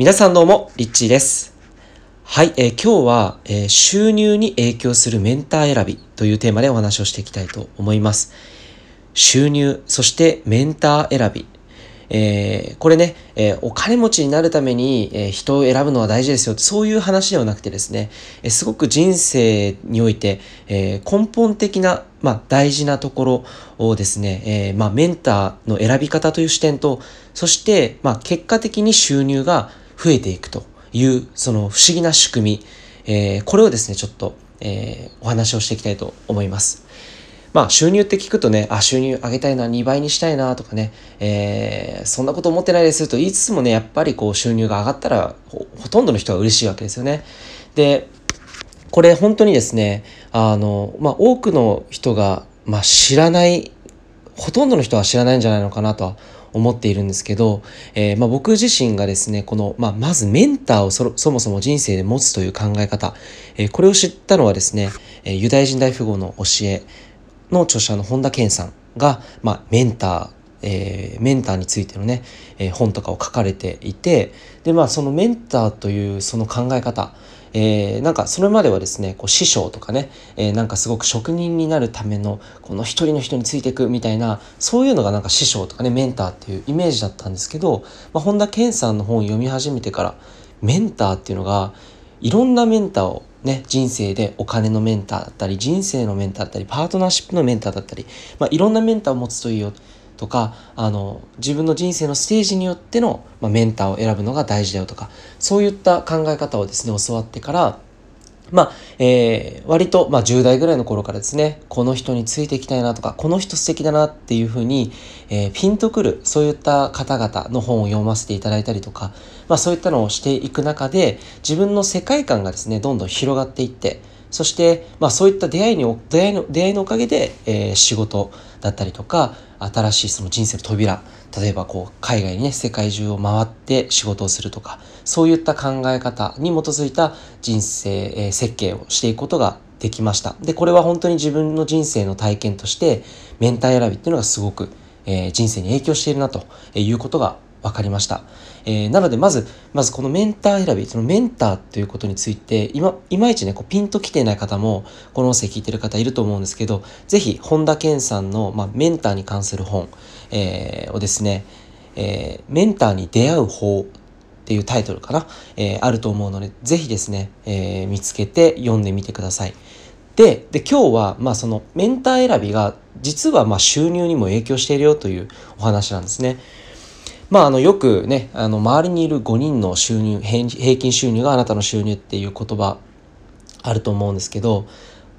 皆さんどうも、リッチーです。はい、今日は、収入に影響するメンター選びというテーマでお話をしていきたいと思います。収入、そしてメンター選び。これね、お金持ちになるために、人を選ぶのは大事ですよ。そういう話ではなくてですね、すごく人生において、根本的な、大事なところをですね、メンターの選び方という視点と、そして、結果的に収入が増えていくという、その不思議な仕組み、これをですね、ちょっと、お話をしていきたいと思います。収入って聞くとね、収入上げたいな、2倍にしたいなとかね、そんなこと思ってないですと言いつつもね、やっぱりこう収入が上がったらほとんどの人は嬉しいわけですよね。で、これ本当にですね、多くの人が、知らない、ほとんどの人は知らないんじゃないのかなとは思っているんですけど、僕自身がですね、この、まずメンターをそもそも人生で持つという考え方、これを知ったのはですね、ユダヤ人大富豪の教えの著者の本田健さんが、メンターについてのね、本とかを書かれていて、で、そのメンターというその考え方、なんかそれまではですね、こう師匠とかね、なんかすごく職人になるためのこの一人の人についていくみたいな、そういうのがなんか師匠とかね、メンターっていうイメージだったんですけど、本田健さんの本を読み始めてから、メンターっていうのがいろんなメンターをね、人生でお金のメンターだったり、人生のメンターだったり、パートナーシップのメンターだったり、いろんなメンターを持つといいよとか、自分の人生のステージによっての、メンターを選ぶのが大事だよとか、そういった考え方をですね、教わってから、割と、10代ぐらいの頃からですね、この人についていきたいなとか、この人素敵だなっていうふうに、ピンとくる、そういった方々の本を読ませていただいたりとか、そういったのをしていく中で、自分の世界観がですね、どんどん広がっていって、そして、そういった出会いのおかげで、仕事だったりとか、新しいその人生の扉、例えばこう海外にね、世界中を回って仕事をするとか、そういった考え方に基づいた人生、設計をしていくことができました。で、これは本当に自分の人生の体験として、メンター選びっていうのがすごく、人生に影響しているなということが分かりました。なのでまずこのメンター選び、そのメンターということについていまいちねこうピンときていない方もこの音声聞いてる方いると思うんですけど、ぜひ本田健さんの、メンターに関する本、をですね、メンターに出会う法っていうタイトルかな、あると思うので、ぜひですね、見つけて読んでみてください。で今日は、そのメンター選びが実は収入にも影響しているよというお話なんですね。よくね、周りにいる5人の収入、平均収入があなたの収入っていう言葉あると思うんですけど、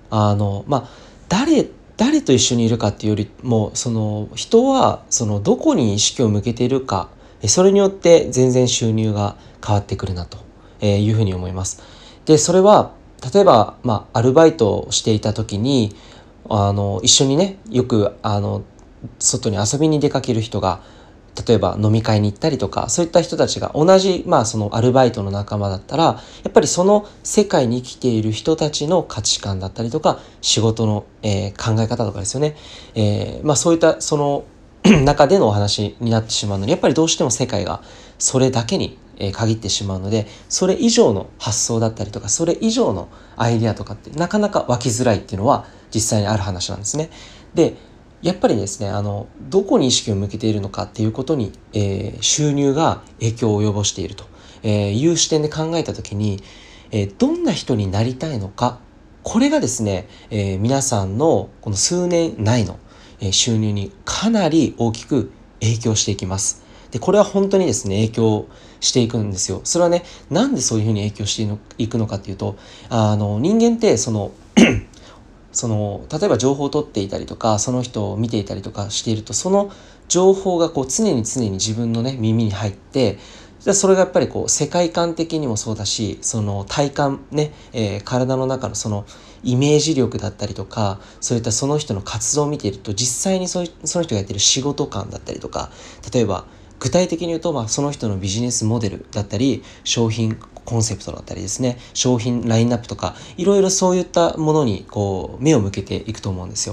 誰と一緒にいるかっていうよりも、その人はそのどこに意識を向けているか、それによって全然収入が変わってくるなというふうに思います。で、それは例えば、アルバイトをしていた時に、一緒にね、よく外に遊びに出かける人が、例えば飲み会に行ったりとか、そういった人たちが同じ、そのアルバイトの仲間だったら、やっぱりその世界に生きている人たちの価値観だったりとか、仕事の、考え方とかですよね。そういったその中でのお話になってしまうので、やっぱりどうしても世界がそれだけに限ってしまうので、それ以上の発想だったりとか、それ以上のアイデアとかってなかなか湧きづらいっていうのは実際にある話なんですね。で、やっぱりですね、どこに意識を向けているのかっていうことに、収入が影響を及ぼしているという視点で考えたときに、どんな人になりたいのか、これがですね、皆さんのこの数年内の、収入にかなり大きく影響していきます。で、これは本当にですね、影響していくんですよ。それはね、なんでそういうふうに影響していくのかっていうと、人間って例えば情報を取っていたりとか、その人を見ていたりとかしていると、その情報がこう常に自分のね、耳に入って、それがやっぱりこう世界観的にもそうだし、その体感ね、体の中のそのイメージ力だったりとか、そういったその人の活動を見ていると、実際にその人がやっている仕事感だったりとか、例えば具体的に言うと、その人のビジネスモデルだったり、商品コンセプトだったりですね、商品ラインナップとか、いろいろそういったものにこう目を向けていくと思うんですよ。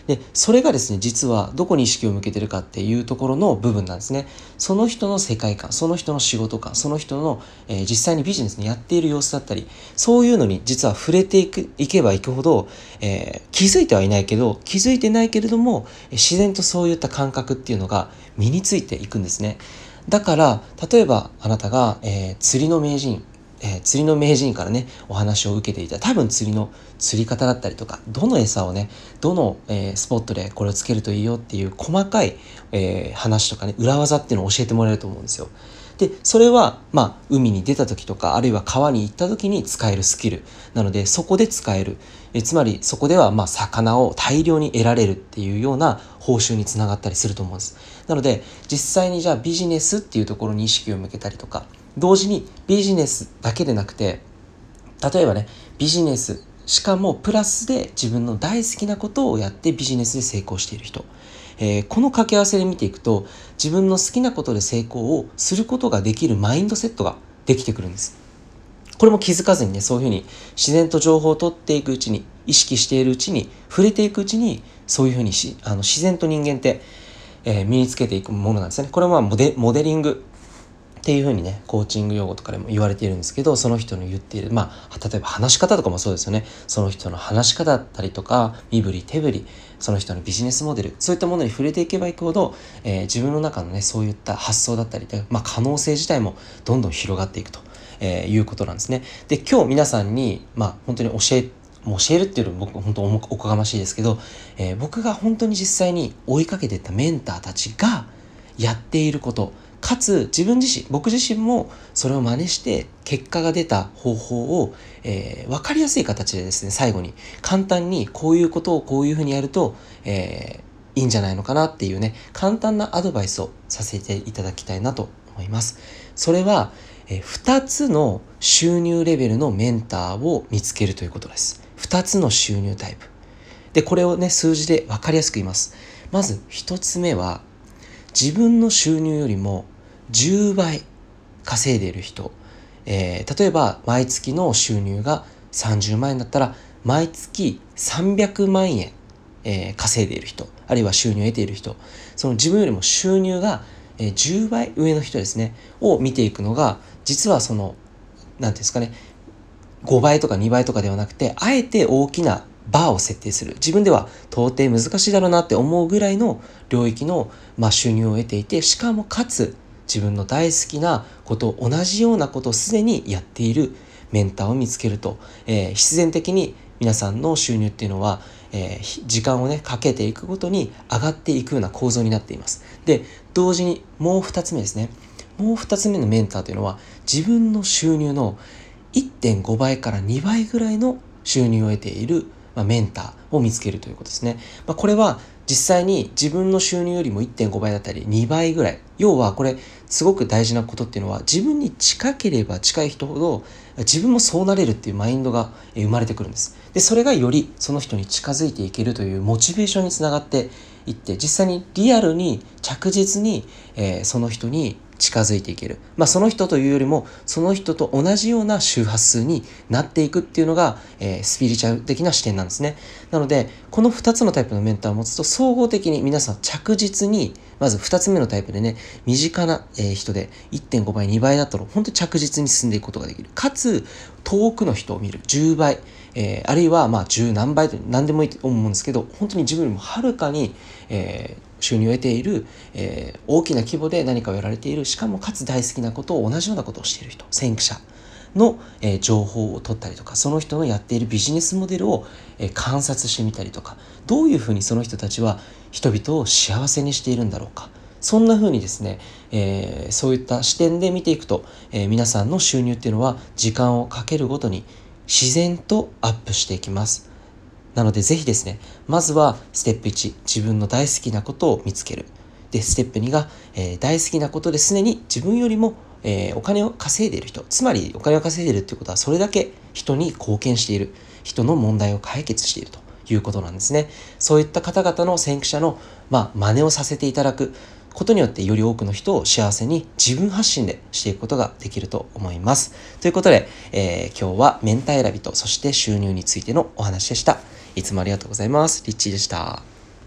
で、それがですね、実はどこに意識を向けてるかっていうところの部分なんですね。その人の世界観、その人の仕事観、その人の、実際にビジネスにやっている様子だったり、そういうのに実は触れていけばいくほど、気づいてはいないけど、気づいてないけれども、自然とそういった感覚っていうのが身についていくんですね。だから、例えばあなたが、釣りの名人からね、お話を受けていた、多分釣り方だったりとか、どの餌をね、どの、スポットでこれをつけるといいよっていう細かい、話とかね、裏技っていうのを教えてもらえると思うんですよ。で、それは、海に出た時とか、あるいは川に行った時に使えるスキルなので、そこで使える。つまり、そこでは、魚を大量に得られるっていうような報酬につながったりすると思うんです。なので、実際にじゃあビジネスっていうところに意識を向けたりとか、同時にビジネスだけでなくて、例えばね、ビジネス、しかもプラスで自分の大好きなことをやってビジネスで成功している人。この掛け合わせで見ていくと、自分の好きなことで成功をすることができるマインドセットができてくるんです。これも気づかずにね、そういうふうに自然と情報を取っていくうちに、意識しているうちに、触れていくうちに、そういうふうに自然と人間って、身につけていくものなんですね。これはモデリングっていう風にね、コーチング用語とかでも言われているんですけど、その人の言っている、例えば話し方とかもそうですよね。その人の話し方だったりとか、身振り手振り、その人のビジネスモデル、そういったものに触れていけばいくほど、自分の中のね、そういった発想だったりで、可能性自体もどんどん広がっていくと、いうことなんですね。で、今日皆さんに、本当に教えるっていうのは僕本当おこがましいですけど、僕が本当に実際に追いかけていったメンターたちがやっていること、かつ僕自身もそれを真似して結果が出た方法を、分かりやすい形でですね、最後に簡単にこういうことをこういうふうにやると、いいんじゃないのかなっていうね、簡単なアドバイスをさせていただきたいなと思います。それは、2つの収入レベルのメンターを見つけるということです。2つの収入タイプ。で、これをね、数字で分かりやすく言います。まず1つ目は、自分の収入よりも10倍稼いでいる人、例えば毎月の収入が30万円だったら毎月300万円、稼いでいる人、あるいは収入を得ている人、その自分よりも収入が10倍上の人ですねを見ていくのが、実はなんていうんですかね、5倍とか2倍とかではなくて、あえて大きなバーを設定する。自分では到底難しいだろうなって思うぐらいの領域の、収入を得ていて、しかもかつ自分の大好きなこと、同じようなことをすでにやっているメンターを見つけると、必然的に皆さんの収入っていうのは、時間をねかけていくごとに上がっていくような構造になっています。で、同時にもう2つ目ですね。もう2つ目のメンターというのは、自分の収入の 1.5 倍から2倍ぐらいの収入を得ている、メンターを見つけるということですね。これは実際に自分の収入よりも 1.5 倍だったり2倍ぐらい。要はこれすごく大事なことっていうのは、自分に近ければ近い人ほど自分もそうなれるっていうマインドが生まれてくるんです。で、それがよりその人に近づいていけるというモチベーションにつながっていって、実際にリアルに着実に、その人に近づいていける。その人というよりも、その人と同じような周波数になっていくっていうのが、スピリチュアル的な視点なんですね。なので、この2つのタイプのメンターを持つと、総合的に皆さん着実に、まず2つ目のタイプでね、身近な人で 1.5 倍、2倍だったら、本当に着実に進んでいくことができる。かつ、遠くの人を見る。10倍、あるいは10何倍と何でもいいと思うんですけど、本当に自分よりもはるかに、収入を得ている、大きな規模で何かをやられている、しかもかつ大好きなことを同じようなことをしている人、先駆者の、情報を取ったりとか、その人のやっているビジネスモデルを、観察してみたりとか、どういうふうにその人たちは人々を幸せにしているんだろうか、そんな風にですね、そういった視点で見ていくと、皆さんの収入っていうのは時間をかけるごとに自然とアップしていきます。なのでぜひですね、まずはステップ1、自分の大好きなことを見つける。で、ステップ2が、大好きなことですでに自分よりも、お金を稼いでいる人。つまりお金を稼いでいるということは、それだけ人に貢献している。人の問題を解決しているということなんですね。そういった方々の先駆者の、真似をさせていただくことによって、より多くの人を幸せに自分発信でしていくことができると思います。ということで、今日はメンター選びと、そして収入についてのお話でした。いつもありがとうございます。リッチーでした。